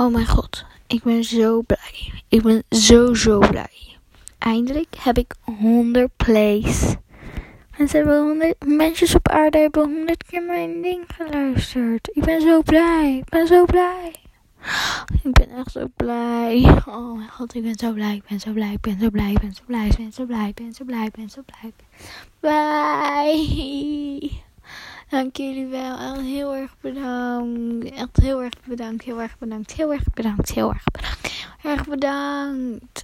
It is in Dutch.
Oh mijn god, ik ben zo blij. Ik ben zo blij. Eindelijk heb ik 100 plays. Mensen op aarde hebben 100 keer mijn ding geluisterd. Ik ben zo blij. Ik ben echt zo blij. Oh mijn god, ik ben zo blij. Blij. Dank jullie wel. En heel erg bedankt. Echt heel erg bedankt.